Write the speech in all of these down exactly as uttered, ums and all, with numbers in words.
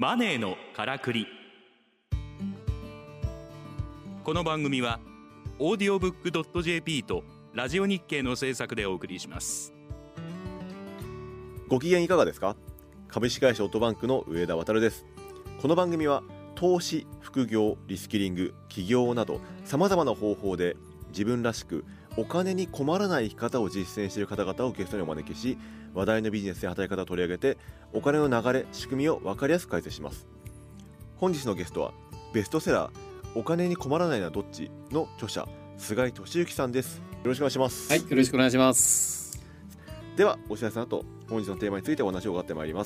マネーのからくり。この番組はオーディオブックドットジェーピー とラジオ日経の制作でお送りします。 ご機嫌いかがですか？株式会社オートバンクの上田渉です。この番組は投資、副業、リスキリング、起業などさまざまな方法で自分らしくお金に困らない生き方を実践している方々をゲストにお招きし、話題のビジネスや働き方を取り上げてお金の流れ、仕組みを分かりやすく解説します。本日のゲストはベストセラーお金に困らないのはどっちの著者、菅井敏之さんです。よろしくお願いします。 はい、よろしくお願いします。 ではお知らせの後、本日のテーマについてお話を伺ってまいります。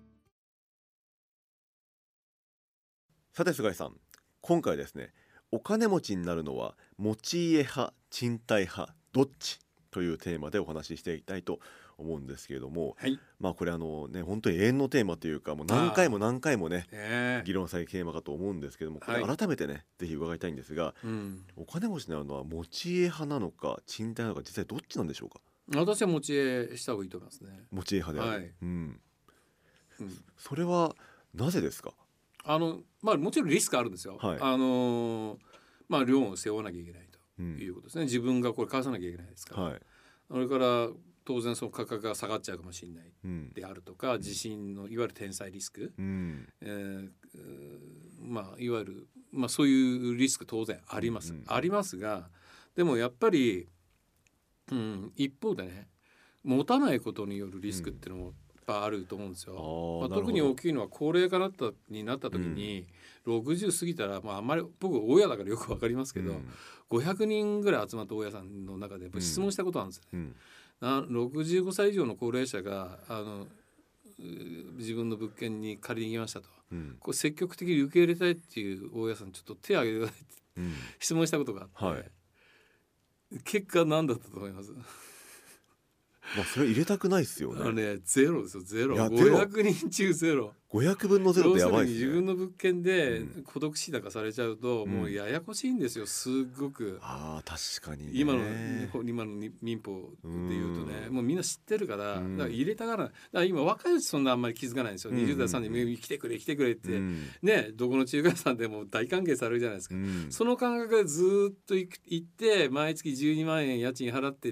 さて菅井さん、今回ですね、お金持ちになるのは持ち家派、賃貸派、どっちというテーマでお話ししていきたいと思うんですけれども、 はい、 まあこれあのね、本当に永遠のテーマというか、もう何回も何回もね、 ね議論されるテーマかと思うんですけども、これはい改めてね、ぜひ伺いたいんですが、 うん、 お金持ちになるのは持ち家派なのか賃貸なのか、実際どっちなんでしょうか？ 私は持ち家した方がいいと思いますね。 持ち家派である、 はいうんうん、 それはなぜですか？ あのまあもちろんリスクあるんですよ。 はい、 あのまあローンを背負わなきゃいけないとうんいうことですね。自分がこれ返さなきゃいけないですから。 はい、 それから当然その価格が下がっちゃうかもしれないうんであるとか、地震のいわゆる天災リスク、 うんえーまあいわゆるまあそういうリスク当然あります、 うんうん、 ありますが、でもやっぱり、うん、一方でね、持たないことによるリスクっていうのもやっぱあると思うんですよ。 うん、 まあ、特に大きいのは高齢化なったになった時に、うん、ろくじゅう過ぎたら、まあ、あんまり僕親だからよく分かりますけど、うん、ごひゃくにんぐらい集まった大家さんの中でやっぱ質問したことあるんですよね。うんなろくじゅうごさい以上の高齢者があの自分の物件に借りに行きましたと、うん、こう積極的に受け入れたいっていう大家さんちょっと手を挙げてくださいって、うん、質問したことがあって、はい、結果何だったと思います？ まあ、それ入れたくないですよね。 あれゼロですよ。ゼロ。ごひゃくにん中ゼロ。 ごひゃくぶんのゼロってやばいですね。 要するに自分の物件で孤独死だかされちゃうと、うん、もうややこしいんですよ。すっごく。 ああ確かに、ね、 今の今の民法でいうとね、もうみんな知ってるから、だから入れたがらない。だから今若いうちそんなあんまり気づかないんですよ。にじゅうだいさんじゅうだい来てくれ来てくれって、うん、ね、どこの中華屋さんでも大歓迎されるじゃないですか。うん、その感覚でずっと行って毎月じゅうにまんえん家賃払っていって、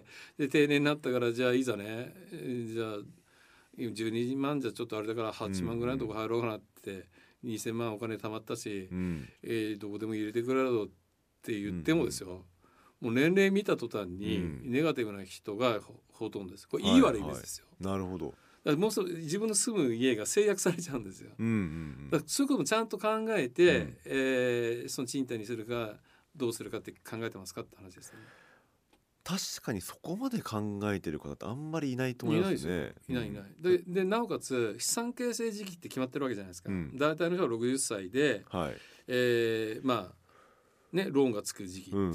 で定年になったからじゃあいざね。じゃあじゅうにまんじゃちょっとあれだからはちまんぐらいのとこ入ろうかなって、うんうん、にせんまんお金貯まったし、うんえー、どこでも入れてくれるぞって言ってもですよ、うんうん、もう年齢見た途端にネガティブな人がほとんどです。これいい悪い別ですよ、 はいはい、なるほど。 だからもうそ自分の住む家が制約されちゃうんですよ、うんうんうん、だからそういうこともちゃんと考えて、うんえー、その賃貸にするかどうするかって考えてますかって話ですね。 確かにそこまで考えてる方ってあんまりいないと思いますね。 いないいない、うん、で, でなおかつ資産形成時期って決まってるわけじゃないですか、うん、大体の人はろくじゅっさいで、はいえー、まあねローンがつく時期って、うんうん、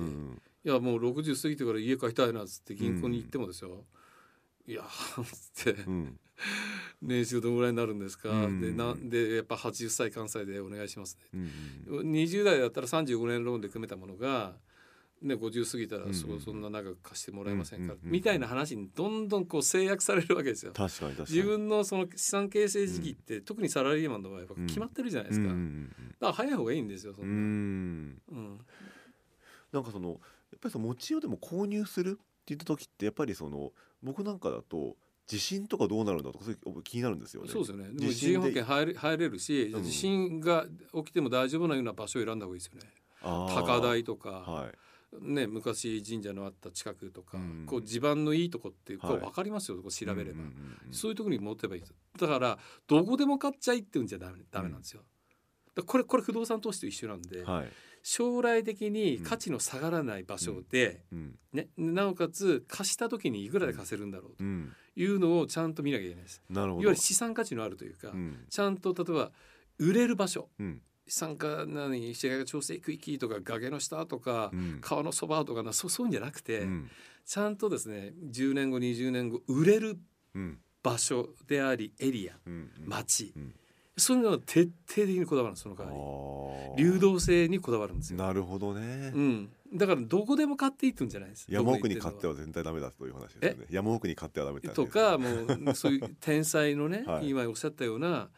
いやもうろくじゅう過ぎてから家買いたいなっつって銀行に行ってもですよ、うん、いやつって、うん、年収どのぐらいになるんですか、うん、で, なでやっぱはちじゅっさい関西でお願いしますね、うんうん、にじゅうだいだったらさんじゅうごねんローンで組めたものがね、ごじゅう過ぎたら そ,、うん、そんな長く貸してもらえませんか、うんうんうん、みたいな話にどんどんこう制約されるわけですよ。 確かに確かに。 自分のその資産形成時期って、うん、特にサラリーマンの場合は決まってるじゃないですか、うんうんうん、だから早い方がいいんですよそんな、うんうん、 なんかそのやっぱりその持ち家でも購入するって言った時ってやっぱりその僕なんかだと地震とかどうなるんだとかそれ気になるんですよね。 そうですよね。でも地震保険入れ、入れるし、うん、地震が起きても大丈夫なような場所を選んだ方がいいですよね。高台とか、はいね、昔神社のあった近くとか、うん、こう地盤のいいとこってこう分かりますよ、はい、こう調べれば、うんうんうんうん、そういうところに持ってばいいです。だからどこでも買っちゃいって言うんじゃダメ、ダメなんですよ。だこれ、これ不動産投資と一緒なんで、はい、将来的に価値の下がらない場所で、うんね、なおかつ貸した時にいくらで貸せるんだろうというのをちゃんと見なきゃいけないです。なるほど。いわゆる資産価値のあるというか、うん、ちゃんと例えば売れる場所、うん資産家何市街調整区域とか崖の下とか、うん、川のそばとかな そ, そういうんじゃなくて、うん、ちゃんとですねじゅうねんごにじゅうねんご売れる場所でありエリア、うん、町、うん、そういうのを徹底的にこだわるんです。その代わり流動性にこだわるんですよ。 なるほどね、 うん、だからどこでも買っていいってんじゃないです。 山奥に買っては絶対ダメだという話ですよね。山奥に買ってはダメってとかもうそういう天才のね、はい、今おっしゃったような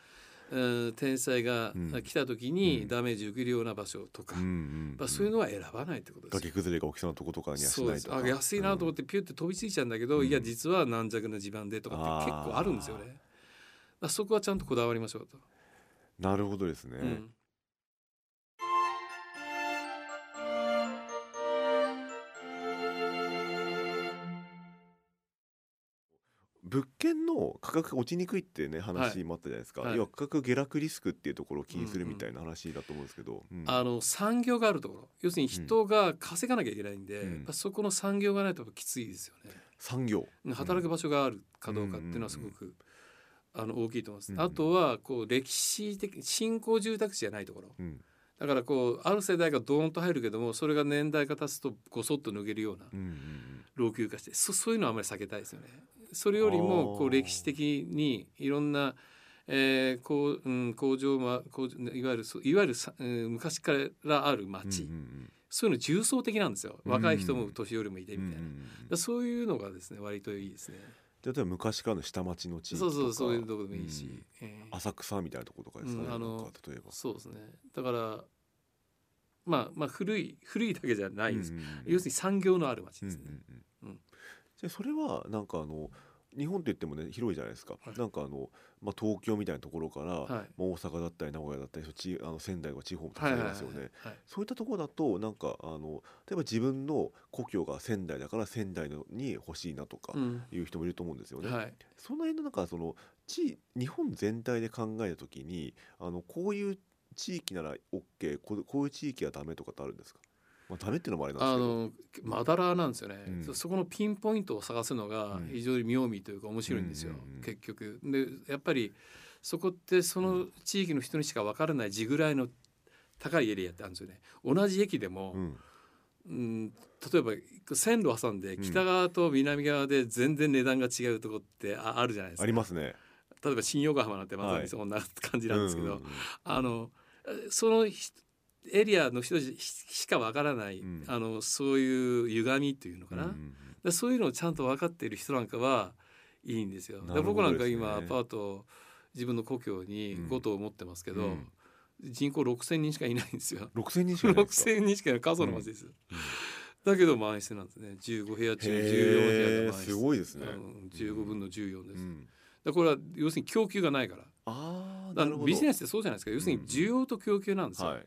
うん、天災が来た時にダメージ受けるような場所とか、うんうんうん、そういうのは選ばないってことです。 崖崩れが起きそうなとことかにはしないとか。 そうです。あ、安いなと思ってピュッて飛びついちゃうんだけど、うん、いや実は軟弱な地盤でとかって結構あるんですよね。だそこはちゃんとこだわりましょうと。 なるほどですね、うん、物件の価格が落ちにくいってね話もあったじゃないですか、はい、要は価格下落リスクっていうところを気にするみたいな話だと思うんですけど、 うんうん、あの産業があるところ、要するに人が稼がなきゃいけないんで、うん、そこの産業がないときついですよね。 産業、 働く場所があるかどうかっていうのはすごく、あの大きいと思います、うんうん、あとはこう歴史的新興住宅地じゃないところ、うん、だからこうある世代がドーンと入るけども、それが年代が経つとごそっと脱げるような老朽化して、そ, そういうのはあまり避けたいですよね。それよりもこう歴史的にいろんな、えーこううん、工場は工場いわゆるいわゆる、うん、昔からある町、うんうんうん、そういうの重層的なんですよ。若い人も年寄りもいてみたいな、うんうんうん、だそういうのがですね割といいですね。 例えば昔からの下町の地域とか、 そうそうそういうところでもいいし、うんえー、浅草みたいなところとかですかね、うん、あのなんか例えばそうですね。だからまあまあ古い古いだけじゃないです、うんうんうん、要するに産業のある町ですね、うんうんうん、 じゃあそれはなんかあの日本って言ってもね広いじゃないですか、はい、なんかあの、まあ、東京みたいなところから、はい、まあ、大阪だったり名古屋だったりちあの仙台は地方もたくさんありますよね。そういったところだとなんかあの例えば自分の故郷が仙台だから仙台のに欲しいなとかいう人もいると思うんですよね、うんはい、その辺のなんかその地日本全体で考えた時にあのこういう地域なら OK こう、こういう地域はダメとかってあるんですか？まあ、ダメっていうのもあれなんですけど、 あのまだらなんですよね、うん、そこのピンポイントを探すのが非常に妙味というか面白いんですよ、うんうんうん、結局でやっぱりそこってその地域の人にしか分からない地ぐらいの高いエリアってあるんですよね。同じ駅でも、うんうん、例えば線路挟んで北側と南側で全然値段が違うとこってあるじゃないですか。 ありますね。 例えば新横浜なんてまさにそんな感じなんですけど、はい、うんうんうん、あのそのエリアの人しかわからない、うん、あのそういう歪みというのかな、うんうんうん、そういうのをちゃんと分かっている人なんかはいいんですよ。で僕なんか今アパート自分の故郷にご棟持ってますけど、うんうん、人口ろくせんにんしかいないんですよ。 ろくせんにんしかいないですか？ ろくせんにんしかいない過疎の町です、うんうん、だけど満室なんですね。じゅうごへや中じゅうよんへやが満室。 すごいですね、 うん、じゅうごぶんのじゅうよんです、うん、だこれは要するに供給がないから。 あだからビジネスってそうじゃないですか。要するに需要と供給なんですよ、うんうん、はい、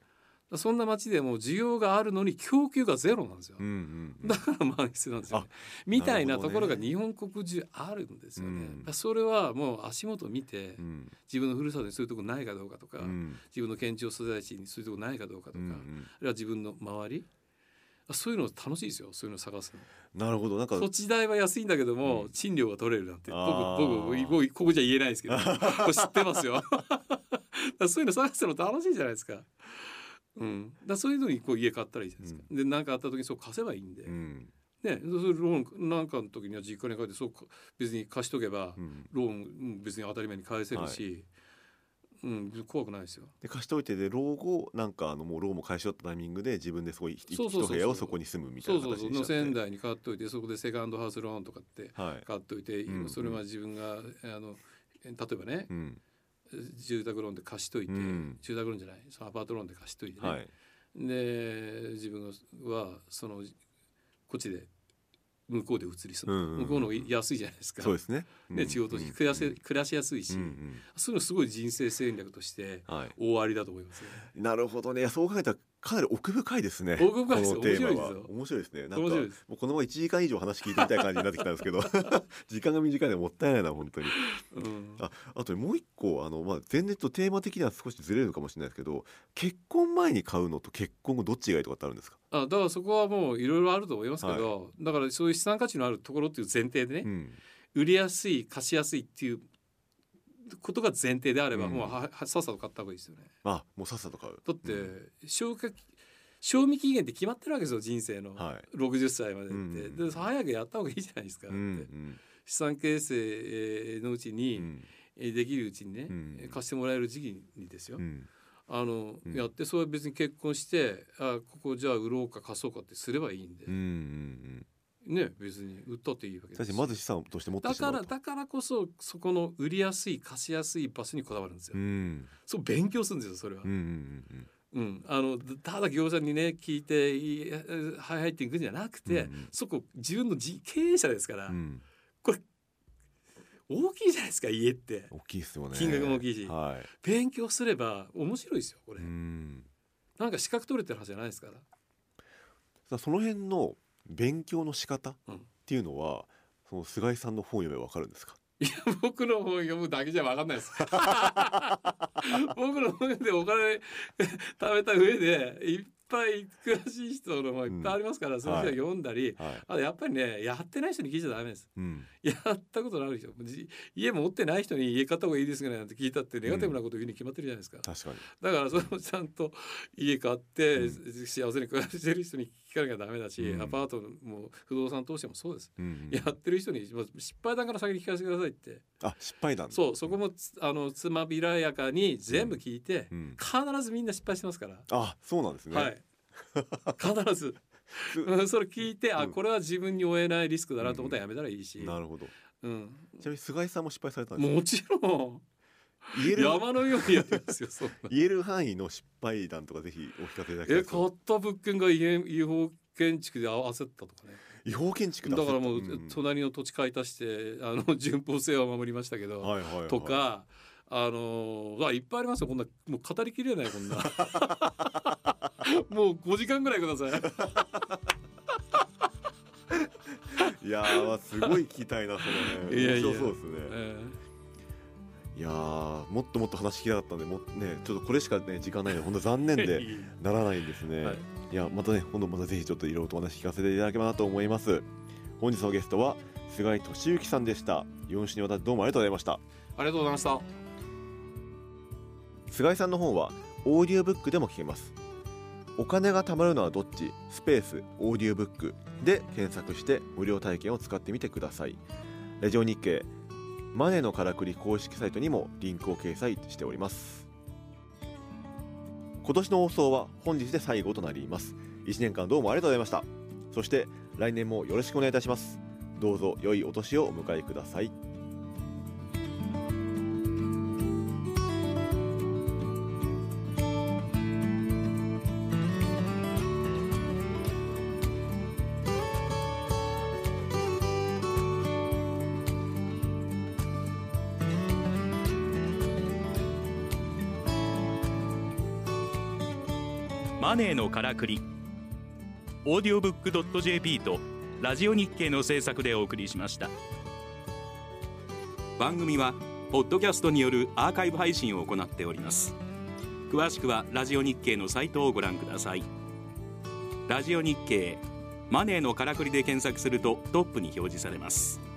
そんな街でも需要があるのに供給がゼロなんですよ、うんうんうん、だから満室なんですよねみたいなところが日本国中あるんですよね、うん、それはもう足元見て、うん、自分のふるさとにそういうところないかどうかとか、うん、自分の県庁所在地にそういうところないかどうかとか、うんうん、あるいは自分の周り、そういうの楽しいですよ。そういうの探すの。なるほど。なんか土地代は安いんだけども、うん、賃料が取れるなんて僕僕僕ここじゃ言えないですけどこれ知ってますよそういうの探すの楽しいじゃないですか。うん、だそういうのにこう家買ったらいいじゃないですか、うん、で何かあった時にそう貸せばいいんで、うん、ね、それローンなんかの時には実家に帰ってそう別に貸しとけば、うん、ローン別に当たり前に返せるし、はい、うん、怖くないですよ。 で貸しといてで老後なんかあのもうローンも返し終わったタイミングで自分でそういう一部屋をそこに住むみたいな形にしちゃって、 そうそうそう、仙台に買っといてそこでセカンドハウスローンとかって買っといて、はい、それは自分があの例えばね、うん、住宅ローンで貸しといて、うん、住宅ローンじゃないそのアパートローンで貸しといてね、はい、で自分はそのこっちで向こうで移り住む、うんうんうん、向こうの安いじゃないですか。 そうですね、 うんうん、地方都市暮らせ、暮らしやすいし、うんうん、そういうのすごい人生戦略として大ありだと思いますね、 はい、なるほどね。そう考えたらかなり奥深いですね。 奥深いです。 このテーマは面白いですよ。面白いですね。なんかもうこのままいちじかん以上話聞いてみたい感じになってきたんですけど時間が短いのもったいないな本当に、うん、あ, あともう一個あの、まあ、全然とテーマ的には少しずれるかもしれないですけど、結婚前に買うのと結婚後どっちがいいとかってあるんですか？ あだからそこはもういろいろあると思いますけど、はい、だからそういう資産価値のあるところっていう前提でね、うん、売りやすい貸しやすいっていうことが前提であれば、うん、もうはさっさと買った方がいいですよね。 あもうさっさと買う。 だって、うん、消化賞味期限って決まってるわけですよ人生の、はい、ろくじゅっさいまでって、うん、で早くやった方がいいじゃないですか、うん、って資産形成のうちに、うん、できるうちにね、うん、貸してもらえる時期にですよ、うん、あのうん、やってそれは別に結婚してあここじゃあ売ろうか貸そうかってすればいいんで、うんうんうん、 ね別に売ったっていいわけです。 まず資産として持ってしまうと。 だからだからこそそこの売りやすい貸しやすい場所にこだわるんですよ。 うん、 そう勉強するんですよそれは。 うんうんうんうん、あのただ業者にね聞いていいはい入っていくんじゃなくて、うん、そこ自分の経営者ですから、うん、これ大きいじゃないですか家って。 大きいですよね。 金額も大きいし、 はい、 勉強すれば面白いですよこれ。うん、なんか資格取れてるはずじゃないですから。 さあその辺の勉強の仕方っていうのは、うん、その菅井さんの本読めば分かるんですか？ いや僕の本読むだけじゃ分かんないです僕の本でお金貯めた上でいっぱい詳しい人の本いっぱいありますから、うん、その人が読んだり、はい、あとやっぱりねやってない人に聞いちゃダメです、うん、やったことのある人家持ってない人に家買った方がいいですかねなんて聞いたってネガティブなこと言うに決まってるじゃないですか、うん、 確かに。 だからそれをちゃんと家買って、うん、幸せに暮らしてる人に聞かなきゃダメだし、うん、アパートも不動産投資もそうです、うんうん、やってる人に失敗談から先に聞かせてくださいって。 あ失敗談。 そうそこもあのつまびらやかに全部聞いて、うんうん、必ずみんな失敗してますから。 あそうなんですね。 はい必ずそれ聞いて、うん、あこれは自分に負えないリスクだなと思ったらやめたらいいし、 うん、なるほど、 うん、 ちなみに菅井さんも失敗されたんですか？ もちろん言える山のようにやってますよそんな言える範囲の失敗談とかぜひお聞かせいただきたいです。 え買った物件が違法建築で焦ったとかね。 違法建築だだからもう、うん、隣の土地買い足してあの順法性は守りましたけど、はいはいはい、とかあのー、いっぱいありますよこんなもう語りきれないこんなもうごじかんぐらいくださいいやーすごい聞きたいなそのね面白そうですね。えー、いやーもっともっと話聞きたかったんでも、ね、ちょっとこれしか、ね、時間ないので本当残念でならないんですね、はい、いやまたね今度またぜひちょっといろいろとお話聞かせていただければなと思います。本日のゲストは菅井敏之さんでした。よん週にわたってどうもありがとうございました。 ありがとうございました。 菅井さんの本はオーディオブックでも聞けます。お金が貯まるのはどっちスペースオーディオブックで検索して無料体験を使ってみてください。ラジオ日経マネーのからくり公式サイトにもリンクを掲載しております。今年の放送は本日で最後となります。いちねんかんどうもありがとうございました。そして来年もよろしくお願いいたします。どうぞ良いお年をお迎えください。 マネーのからくりオーディオブックドットジェーピー とラジオ日経の制作でお送りしました。番組はポッドキャストによるアーカイブ配信を行っております。詳しくはラジオ日経のサイトをご覧ください。ラジオ日経マネーのからくりで検索するとトップに表示されます。